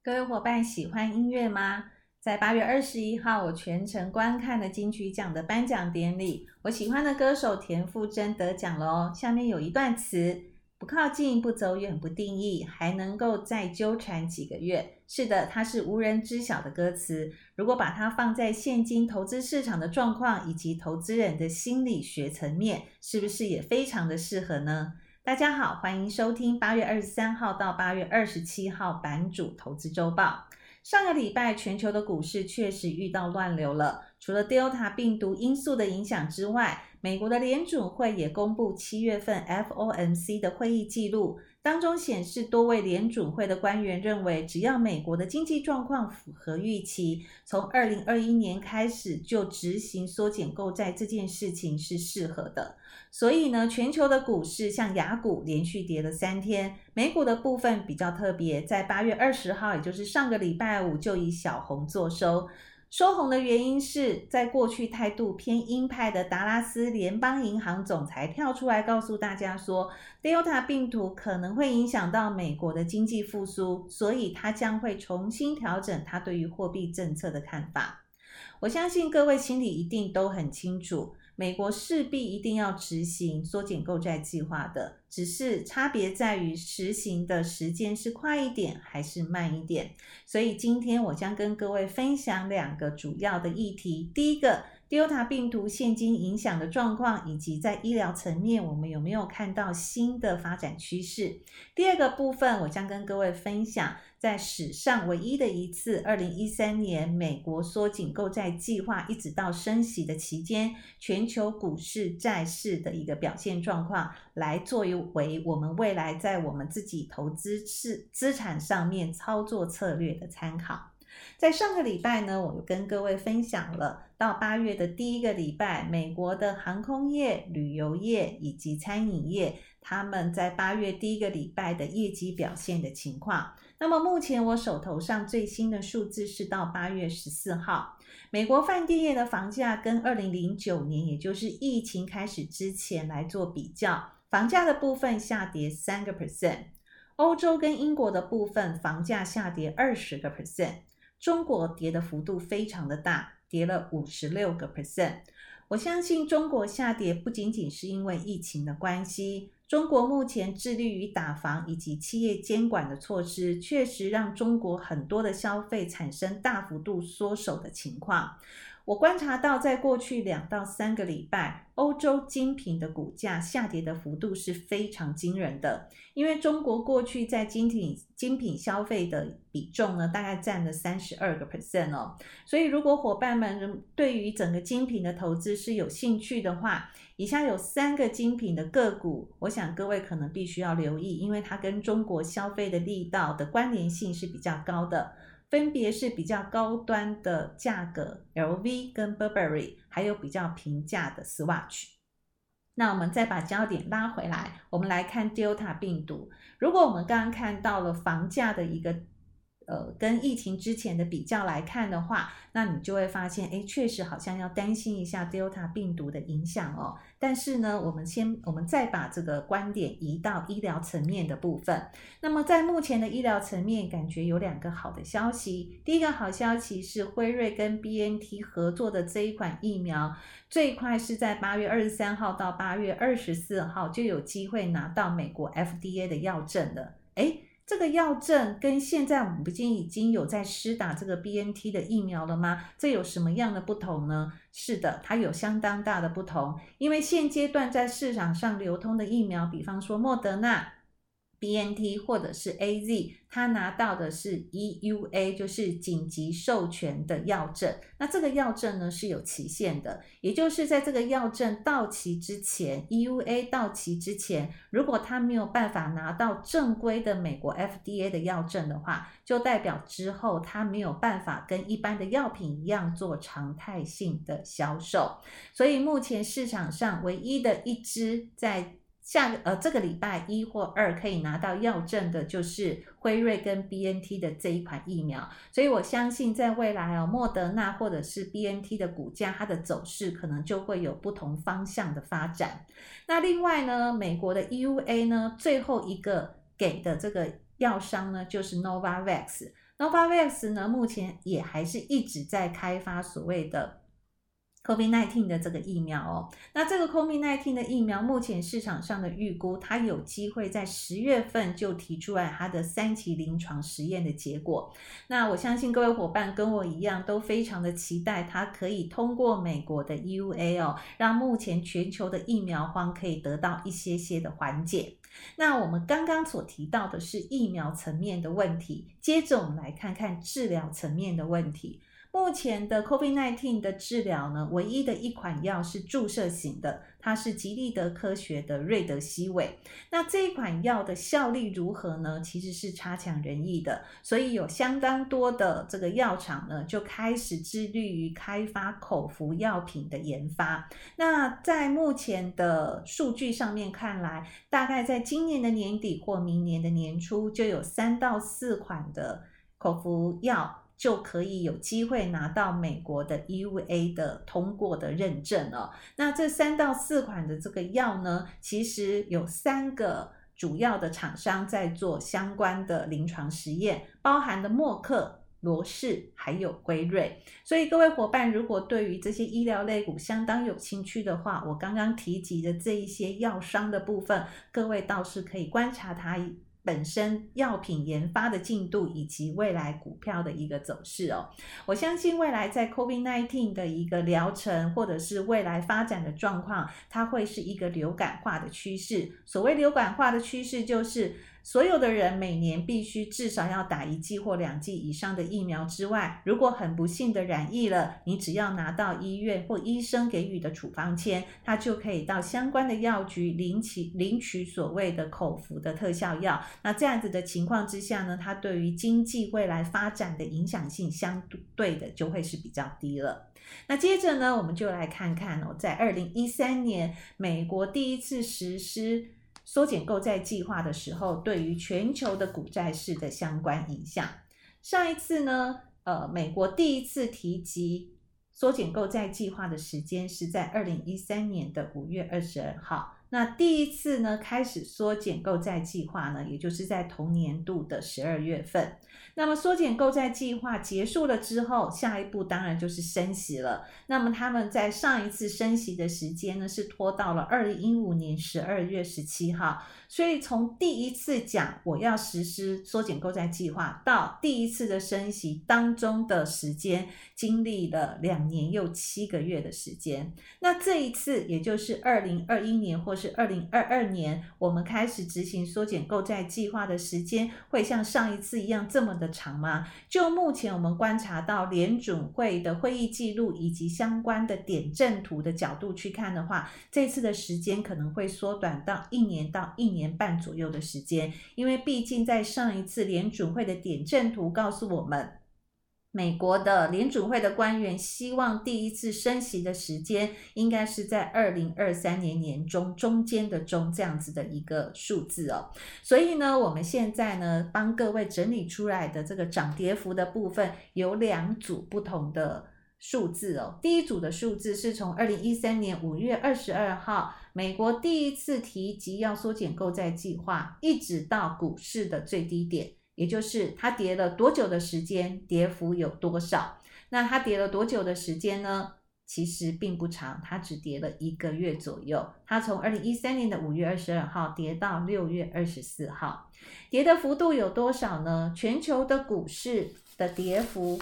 各位伙伴喜欢音乐吗？在8月21号，我全程观看了金曲奖的颁奖典礼。我喜欢的歌手田馥甄得奖了哦。下面有一段词：不靠近，不走远，不定义，还能够再纠缠几个月。是的，它是无人知晓的歌词。如果把它放在现今投资市场的状况以及投资人的心理学层面，是不是也非常的适合呢？大家好，欢迎收听8月23号到8月27号版主投资周报。上个礼拜全球的股市确实遇到乱流了，除了 Delta 病毒因素的影响之外，美国的联准会也公布7月份 FOMC 的会议记录，当中显示多位联准会的官员认为，只要美国的经济状况符合预期，从2021年开始就执行缩减购债这件事情是适合的。所以呢，全球的股市像亚股连续跌了3天，美股的部分比较特别，在8月20号，也就是上个礼拜五就以小红作收。收红的原因是在过去态度偏鹰派的达拉斯联邦银行总裁跳出来告诉大家说 Delta 病毒可能会影响到美国的经济复苏，所以他将会重新调整他对于货币政策的看法。我相信各位心里一定都很清楚，美国势必一定要执行缩减购债计划的，只是差别在于实行的时间是快一点还是慢一点。所以今天我将跟各位分享2个主要的议题。第一个， Delta 病毒现今影响的状况，以及在医疗层面我们有没有看到新的发展趋势。第二个部分，我将跟各位分享在史上唯一的一次2013年美国缩紧购债计划一直到升息的期间，全球股市债市的一个表现状况，来作为我们未来在我们自己投资资产上面操作策略的参考。在上个礼拜呢，我跟各位分享了到8月的第一个礼拜，美国的航空业、旅游业以及餐饮业，他们在8月第一个礼拜的业绩表现的情况。那么目前我手头上最新的数字是到8月14号，美国饭店业的房价跟2009年，也就是疫情开始之前来做比较，房价的部分下跌 3%， 欧洲跟英国的部分房价下跌 20%， 中国跌的幅度非常的大，跌了 56%。 我相信中国下跌不仅仅是因为疫情的关系，中国目前致力于打房以及企业监管的措施，确实让中国很多的消费产生大幅度缩手的情况。我观察到在过去2到3个礼拜，欧洲精品的股价下跌的幅度是非常惊人的，因为中国过去在精品消费的比重呢，大概占了 32% 哦。所以如果伙伴们对于整个精品的投资是有兴趣的话，以下有3个精品的个股，我想各位可能必须要留意，因为它跟中国消费的力道的关联性是比较高的，分别是比较高端的价格 LV 跟 Burberry， 还有比较平价的 Swatch。 那我们再把焦点拉回来，我们来看 Delta 病毒。如果我们刚刚看到了房价的一个跟疫情之前的比较来看的话，那你就会发现确实好像要担心一下 Delta 病毒的影响哦。但是呢，我们再把这个观点移到医疗层面的部分。那么在目前的医疗层面，感觉有2个好的消息。第一个好消息是辉瑞跟 BNT 合作的这一款疫苗，最快是在8月23号到8月24号就有机会拿到美国 FDA 的药证了。这个药证跟现在我们不已经有在施打这个 BNT 的疫苗了吗？这有什么样的不同呢？是的，它有相当大的不同，因为现阶段在市场上流通的疫苗，比方说莫德纳、BNT 或者是 AZ， 它拿到的是 EUA， 就是紧急授权的药证。那这个药证呢是有期限的，也就是在这个药证到期之前， EUA 到期之前，如果它没有办法拿到正规的美国 FDA 的药证的话，就代表之后它没有办法跟一般的药品一样做常态性的销售。所以目前市场上唯一的一支在这个礼拜1或2可以拿到药证的，就是辉瑞跟 BNT 的这一款疫苗。所以我相信在未来莫德纳或者是 BNT 的股价，它的走势可能就会有不同方向的发展。那另外呢，美国的 EUA 呢，最后一个给的这个药商呢就是 Novavax。Novavax 呢目前也还是一直在开发所谓的COVID-19 的这个疫苗哦。那这个 COVID-19 的疫苗目前市场上的预估，它有机会在10月份就提出来它的3期临床实验的结果。那我相信各位伙伴跟我一样都非常的期待它可以通过美国的 EUA 哦，让目前全球的疫苗荒可以得到一些的缓解。那我们刚刚所提到的是疫苗层面的问题，接着我们来看看治疗层面的问题。目前的 COVID-19 的治疗呢，唯一的一款药是注射型的，它是吉利德科学的瑞德西韦。那这一款药的效力如何呢？其实是差强人意的，所以有相当多的这个药厂呢，就开始致力于开发口服药品的研发。那在目前的数据上面看来，大概在今年的年底或明年的年初，就有3到4款的口服药就可以有机会拿到美国的 EUA 的通过的认证哦。那这3到4款的这个药呢，其实有3个主要的厂商在做相关的临床实验，包含了默克、罗氏还有辉瑞。所以各位伙伴，如果对于这些医疗类股相当有兴趣的话，我刚刚提及的这一些药商的部分，各位倒是可以观察它本身药品研发的进度以及未来股票的一个走势哦。我相信未来在 COVID-19 的一个疗程或者是未来发展的状况，它会是一个流感化的趋势。所谓流感化的趋势，就是所有的人每年必须至少要打1剂或2剂以上的疫苗之外，如果很不幸的染疫了，你只要拿到医院或医生给予的处方签，它就可以到相关的药局领取所谓的口服的特效药。那这样子的情况之下呢，它对于经济未来发展的影响性相对的就会是比较低了。那接着呢，我们就来看看哦，在2013年美国第一次实施缩减购债计划的时候，对于全球的股债市的相关影响。上一次呢，美国第一次提及缩减购债计划的时间是在2013年的5月22号。那第一次呢开始缩减购债计划呢，也就是在同年度的12月份。那么缩减购债计划结束了之后，下一步当然就是升息了。那么他们在上一次升息的时间呢，是拖到了2015年12月17号。所以从第一次讲我要实施缩减购债计划到第一次的升息当中的时间，经历了2年又7个月的时间。那这一次也就是2021年或是2022年，我们开始执行缩减购债计划的时间会像上一次一样这么的长吗？就目前我们观察到联准会的会议记录以及相关的点阵图的角度去看的话，这次的时间可能会缩短到1年到1年半左右的时间。因为毕竟在上一次联准会的点阵图告诉我们，美国的联准会的官员希望第一次升息的时间应该是在2023年年中间的中这样子的一个数字哦。所以呢，我们现在呢帮各位整理出来的这个涨跌幅的部分有2组不同的数字哦。第一组的数字是从2013年5月22号美国第一次提及要缩减购债计划，一直到股市的最低点，也就是它跌了多久的时间，跌幅有多少。那它跌了多久的时间呢？其实并不长，它只跌了1个月左右。它从2013年的5月22号跌到6月24号。跌的幅度有多少呢？全球股市的跌幅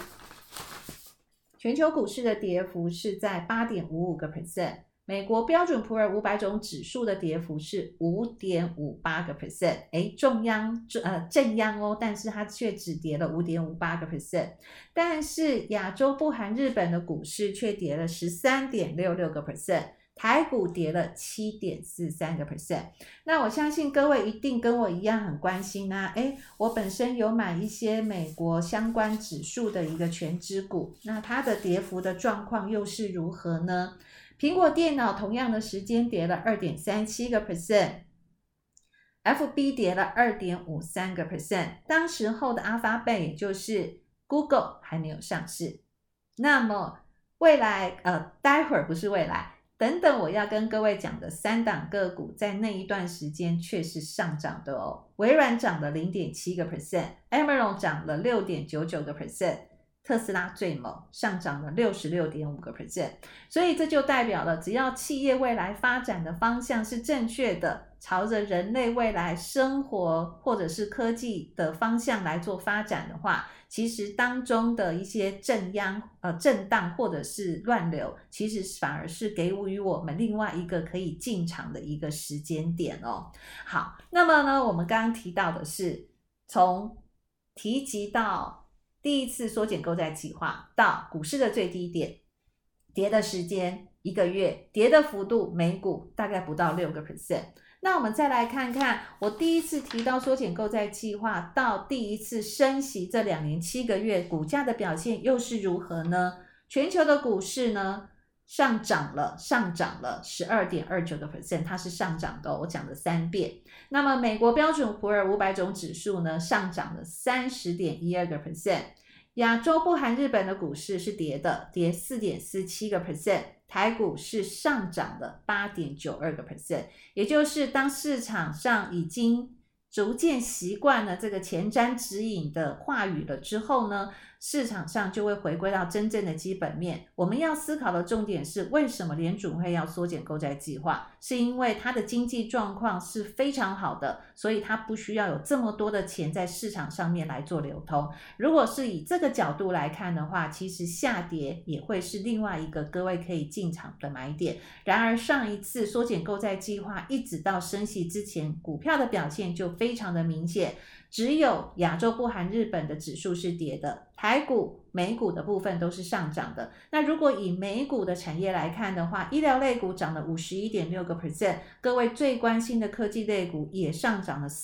是在 8.55%。美国标准普尔500种指数的跌幅是 5.58%， 正央哦，但是它却只跌了 5.58%。但是亚洲不含日本的股市却跌了 13.66%， 台股跌了 7.43%。 那我相信各位一定跟我一样很关心啊，我本身有买一些美国相关指数的一个全指股，那它的跌幅的状况又是如何呢？苹果电脑同样的时间跌了 2.37%， FB 跌了 2.53%， 当时候的阿发贝也就是 Google 还没有上市。那么未来待会儿不是未来， 等等我要跟各位讲的3档个股在那一段时间却是上涨的哦。微软涨了 0.7%， Amazon 涨了 6.99%， 特斯拉最猛，上涨了 66.5%。 所以这就代表了只要企业未来发展的方向是正确的，朝着人类未来生活或者是科技的方向来做发展的话，其实当中的一些震荡或者是乱流，其实反而是给予我们另外一个可以进场的一个时间点哦。好，那么呢，我们刚刚提到的是从提及到第一次缩减购债计划到股市的最低点，跌的时间1个月，跌的幅度每股大概不到 6%。那我们再来看看，我第一次提到缩减购债计划到第一次升息这2年7个月，股价的表现又是如何呢？全球的股市呢，上涨了 12.29%， 它是上涨的我讲了3遍。那么美国标准普尔500种指数呢，上涨了 30.12%。亚洲不含日本的股市是跌的，跌 4.47%， 台股是上涨的 8.92%。 也就是当市场上已经逐渐习惯了这个前瞻指引的话语了之后呢，市场上就会回归到真正的基本面。我们要思考的重点是，为什么联准会要缩减购债计划？是因为它的经济状况是非常好的，所以它不需要有这么多的钱在市场上面来做流通。如果是以这个角度来看的话，其实下跌也会是另外一个各位可以进场的买点。然而上一次缩减购债计划一直到升息之前，股票的表现就非常的明显，只有亚洲不含日本的指数是跌的，台股、美股的部分都是上涨的。那如果以美股的产业来看的话，医疗类股涨了 51.6%， 各位最关心的科技类股也上涨了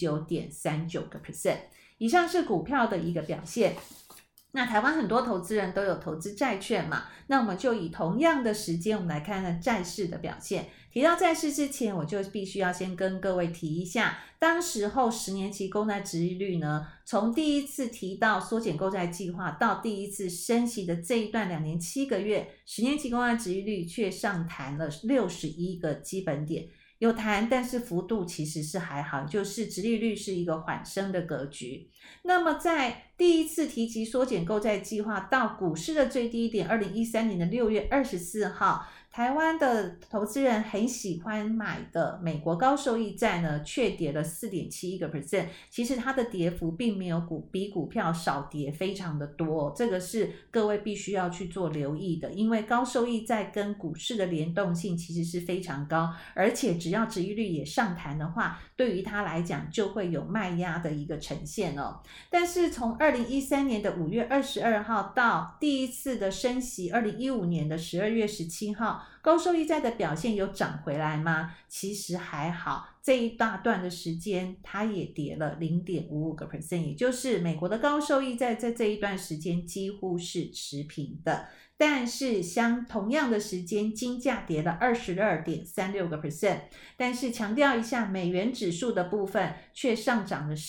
49.39%。 以上是股票的一个表现。那台湾很多投资人都有投资债券嘛，那我们就以同样的时间，我们来看看债市的表现。提到债市之前，我就必须要先跟各位提一下，当时候10年期公债殖利率呢，从第一次提到缩减购债计划到第一次升息的这一段2年7个月，10年期公债殖利率却上弹了61个基本点。有弹，但是幅度其实是还好，就是殖利率是一个缓升的格局。那么在第一次提及缩减购债计划到股市的最低点2013年的6月24号，台湾的投资人很喜欢买的美国高收益债呢，却跌了 4.71%。 其实它的跌幅并没有比股票少跌非常的多，这个是各位必须要去做留意的，因为高收益债跟股市的联动性其实是非常高，而且只要殖利率也上弹的话，对于它来讲就会有卖压的一个呈现哦。但是从2013年的5月22号到第一次的升息2015年的12月17号，高收益债的表现有涨回来吗？其实还好，这一大段的时间它也跌了 0.55%， 也就是美国的高收益债在这一段时间几乎是持平的。但是同样的时间，金价跌了 22.36%， 但是强调一下，美元指数的部分却上涨了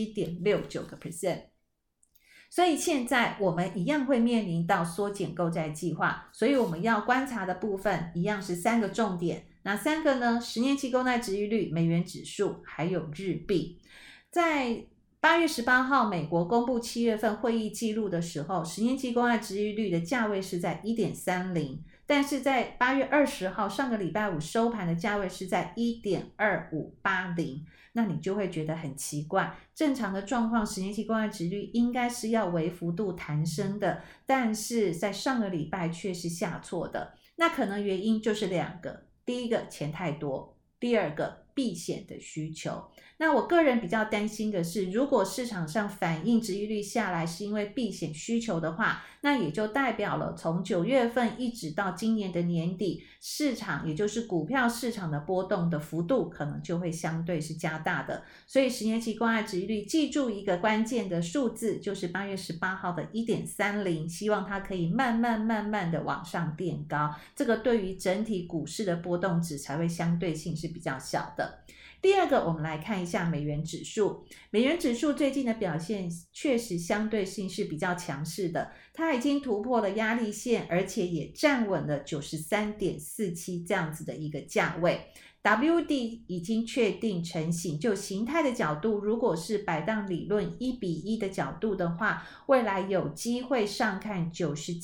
17.69%。所以现在我们一样会面临到缩减购债计划，所以我们要观察的部分一样是3个重点。哪3个呢？10年期公债殖利率、美元指数还有日币。在8月18号美国公布7月份会议记录的时候，10年期公债殖利率的价位是在 1.30， 但是在8月20号上个礼拜五收盘的价位是在 1.2580。 那你就会觉得很奇怪，正常的状况10年期公债殖利率应该是要微幅度弹升的，但是在上个礼拜却是下挫的。那可能原因就是2个，第一个钱太多，第2个避险的需求。那我个人比较担心的是，如果市场上反映殖利率下来是因为避险需求的话，那也就代表了从9月份一直到今年的年底，市场也就是股票市场的波动的幅度可能就会相对是加大的。所以10年期公债殖利率记住一个关键的数字，就是8月18号的 1.30， 希望它可以慢慢的往上垫高，这个对于整体股市的波动值才会相对性是比较小的。 第二个，我们来看一下美元指数。美元指数最近的表现确实相对性是比较强势的，它已经突破了压力线，而且也站稳了 93.47 这样子的一个价位。WD 已经确定成型，就形态的角度，如果是摆荡理论1:1的角度的话，未来有机会上看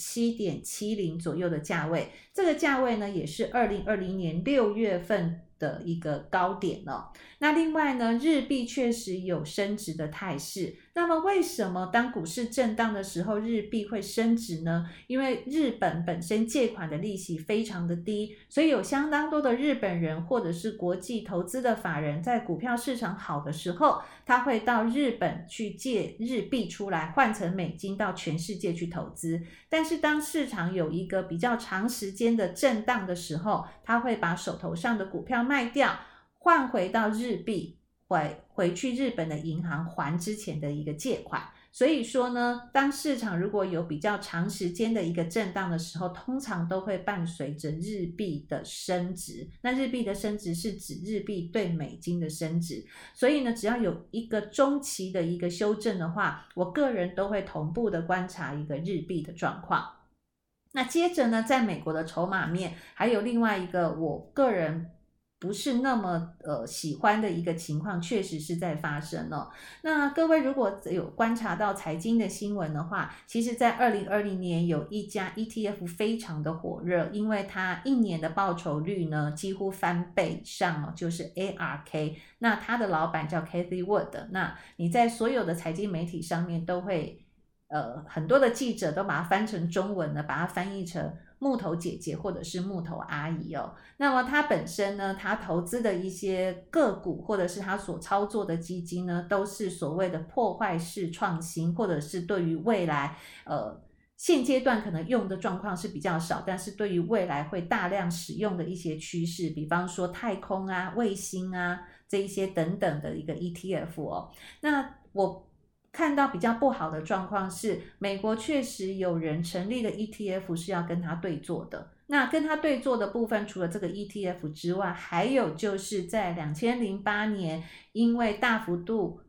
97.70 左右的价位。这个价位呢，也是2020年6月份的一个高点了。那另外呢，日币确实有升值的态势。那么为什么当股市震荡的时候，日币会升值呢？因为日本本身借款的利息非常的低，所以有相当多的日本人或者是国际投资的法人，在股票市场好的时候，他会到日本去借日币出来，换成美金到全世界去投资。但是当市场有一个比较长时间的震荡的时候，他会把手头上的股票卖掉，换回到日币，回去日本的银行还之前的一个借款。所以说呢，当市场如果有比较长时间的一个震荡的时候，通常都会伴随着日币的升值。那日币的升值是指日币对美金的升值，所以呢，只要有一个中期的一个修正的话，我个人都会同步的观察一个日币的状况。那接着呢，在美国的筹码面，还有另外一个我个人不是那么喜欢的一个情况，确实是在发生哦。那各位如果有观察到财经的新闻的话，其实在2020年有一家 ETF 非常的火热，因为它一年的报酬率呢几乎翻倍以上哦，就是 ARK。那它的老板叫 Cathie Wood， 那你在所有的财经媒体上面都会很多的记者都把它翻成中文呢，把它翻译成木头姐姐或者是木头阿姨哦。那么它本身呢，它投资的一些个股或者是它所操作的基金呢，都是所谓的破坏式创新，或者是对于未来现阶段可能用的状况是比较少，但是对于未来会大量使用的一些趋势，比方说太空啊、卫星啊这一些等等的一个 ETF 哦。那我看到比较不好的状况是，美国确实有人成立的 ETF 是要跟他对做的。那跟他对做的部分，除了这个 ETF 之外，还有就是在2008年，因为大幅度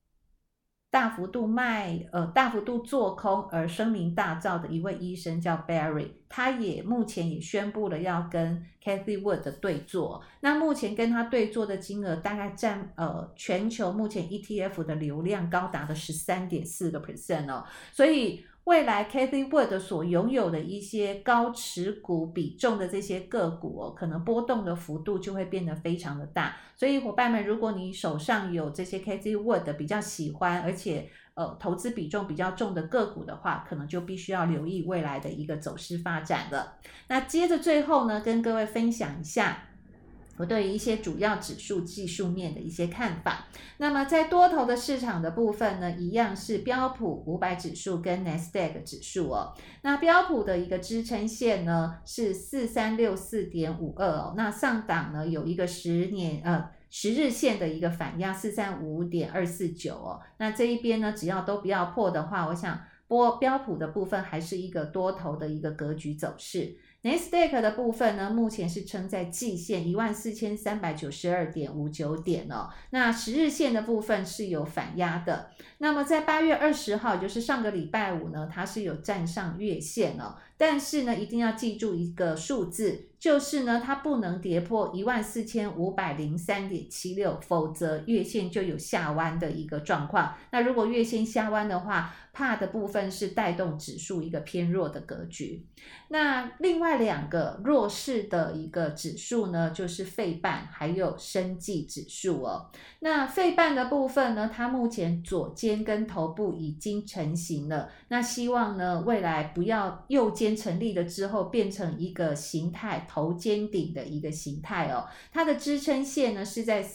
做空而声名大噪的一位医生叫 Barry， 他也目前也宣布了要跟 Cathie Wood 的对做。那目前跟他对做的金额大概占全球目前 ETF 的流量高达的 13.4% 哦，所以未来 Cathie Wood 所拥有的一些高持股比重的这些个股哦，可能波动的幅度就会变得非常的大。所以伙伴们，如果你手上有这些 Cathie Wood 比较喜欢，而且投资比重比较重的个股的话，可能就必须要留意未来的一个走势发展了。那接着最后呢，跟各位分享一下我对于一些主要指数技术面的一些看法。那么在多头的市场的部分呢，一样是标普500指数跟 Nasdaq 指数哦。那标普的一个支撑线呢是 4364.52 哦，那上档呢有一个10日线的一个反压 435.249 哦。那这一边呢，只要都不要破的话，我想标普的部分还是一个多头的一个格局走势。Nasdaq 的部分呢，目前是撑在季线 14,392.59 点哦。那10日线的部分是有反压的。那么在8月20号，就是上个礼拜五呢，它是有站上月线哦。但是呢，一定要记住一个数字，就是呢，它不能跌破 14,503.76， 否则月线就有下弯的一个状况。那如果月线下弯的话，怕的部分是带动指数一个偏弱的格局。那另外两个弱势的一个指数呢，就是费半还有生技指数哦。那费半的部分呢，它目前左肩跟头部已经成型了，那希望呢未来不要右肩成立了之后变成一个形态头肩顶的一个形态哦。它的支撑线呢是在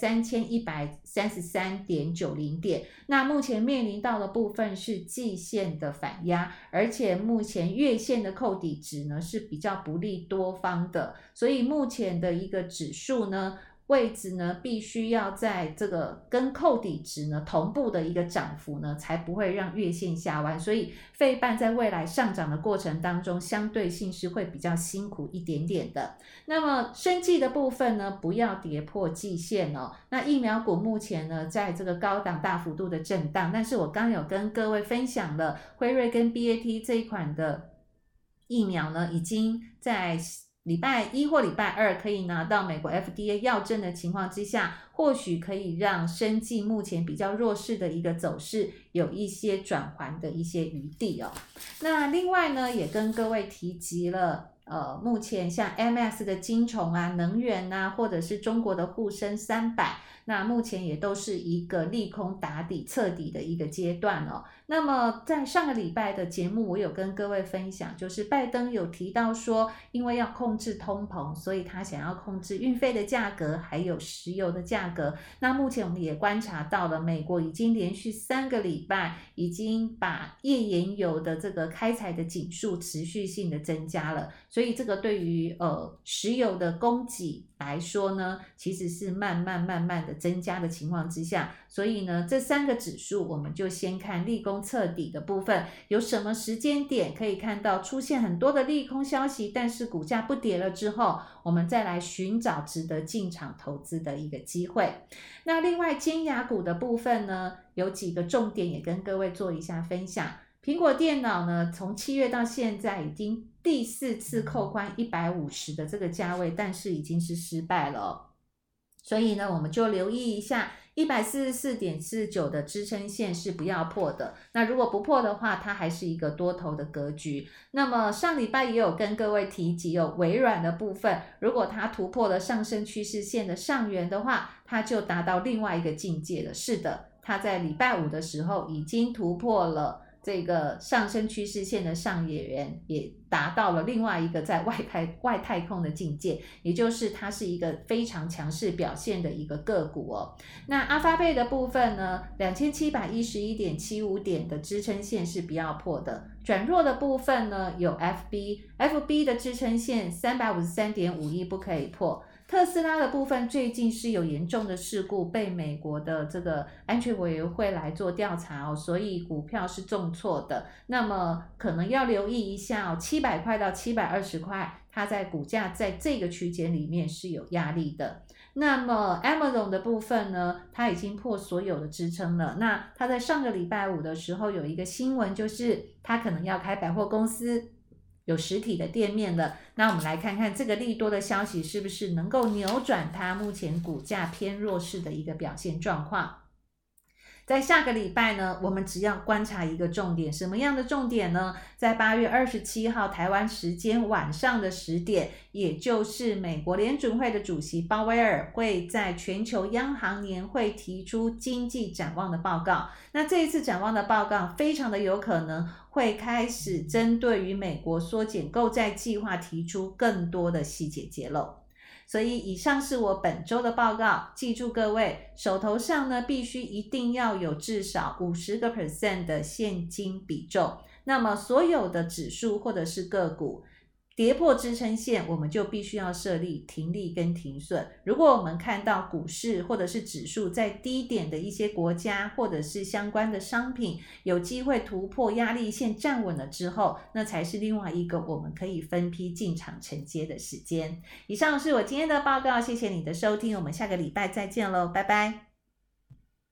3133.90 点，那目前面临到的部分是季线的反压，而且目前月线的扣底值呢是比较不利多方的，所以目前的一个指数呢位置呢，必须要在这个跟扣底值呢同步的一个涨幅呢，才不会让月线下弯。所以费半在未来上涨的过程当中，相对性是会比较辛苦一点点的。那么生技的部分呢，不要跌破季线哦。那疫苗股目前呢，在这个高档大幅度的震荡，但是我刚有跟各位分享了辉瑞跟 BAT 这一款的疫苗呢，已经在礼拜一或礼拜二可以拿到美国 FDA 药证的情况之下，或许可以让生技目前比较弱势的一个走势有一些转圜的一些余地哦。那另外呢，也跟各位提及了目前像 MS 的金虫啊、能源啊，或者是中国的沪深300，那目前也都是一个利空打底彻底的一个阶段哦。那么在上个礼拜的节目，我有跟各位分享，就是拜登有提到说，因为要控制通膨，所以他想要控制运费的价格，还有石油的价格。那目前我们也观察到了，美国已经连续3个礼拜已经把页岩油的这个开采的井数持续性的增加了，所以这个对于石油的供给来说呢，其实是慢慢的增加的情况之下，所以呢，这3个指数我们就先看利空测底的部分，有什么时间点可以看到出现很多的利空消息，但是股价不跌了之后，我们再来寻找值得进场投资的一个机会。那另外尖牙股的部分呢，有几个重点也跟各位做一下分享。苹果电脑呢，从7月到现在已经第4次扣关150的这个价位，但是已经是失败了哦。所以呢，我们就留意一下 144.49 的支撑线是不要破的。那如果不破的话，它还是一个多头的格局。那么上礼拜也有跟各位提及微软的部分，如果它突破了上升趋势线的上缘的话，它就达到另外一个境界了。是的，它在礼拜五的时候已经突破了这个上升趋势线的上缘，也达到了另外一个在外太空的境界，也就是它是一个非常强势表现的一个个股哦。那阿发贝的部分呢，2711.75 点的支撑线是不要破的。转弱的部分呢，有 FB 的支撑线 353.51 不可以破。特斯拉的部分最近是有严重的事故，被美国的这个安全委员会来做调查哦，所以股票是重挫的。那么可能要留意一下哦，700块到720块，它在股价在这个区间里面是有压力的。那么 Amazon 的部分呢，它已经破所有的支撑了。那它在上个礼拜五的时候有一个新闻，就是它可能要开百货公司，有实体的店面了。那我们来看看这个利多的消息是不是能够扭转它目前股价偏弱势的一个表现状况。在下个礼拜呢，我们只要观察一个重点，什么样的重点呢？在8月27号台湾时间晚上的10点，也就是美国联准会的主席鲍威尔会在全球央行年会提出经济展望的报告。那这一次展望的报告非常的有可能会开始针对于美国缩减购债计划提出更多的细节揭露。所以以上是我本周的报告，记住各位手头上呢必须一定要有至少 50% 的现金比重。那么所有的指数或者是个股跌破支撑线，我们就必须要设立停利跟停损。如果我们看到股市或者是指数在低点的一些国家或者是相关的商品有机会突破压力线站稳了之后，那才是另外一个我们可以分批进场承接的时间。以上是我今天的报告，谢谢你的收听，我们下个礼拜再见喽，拜拜。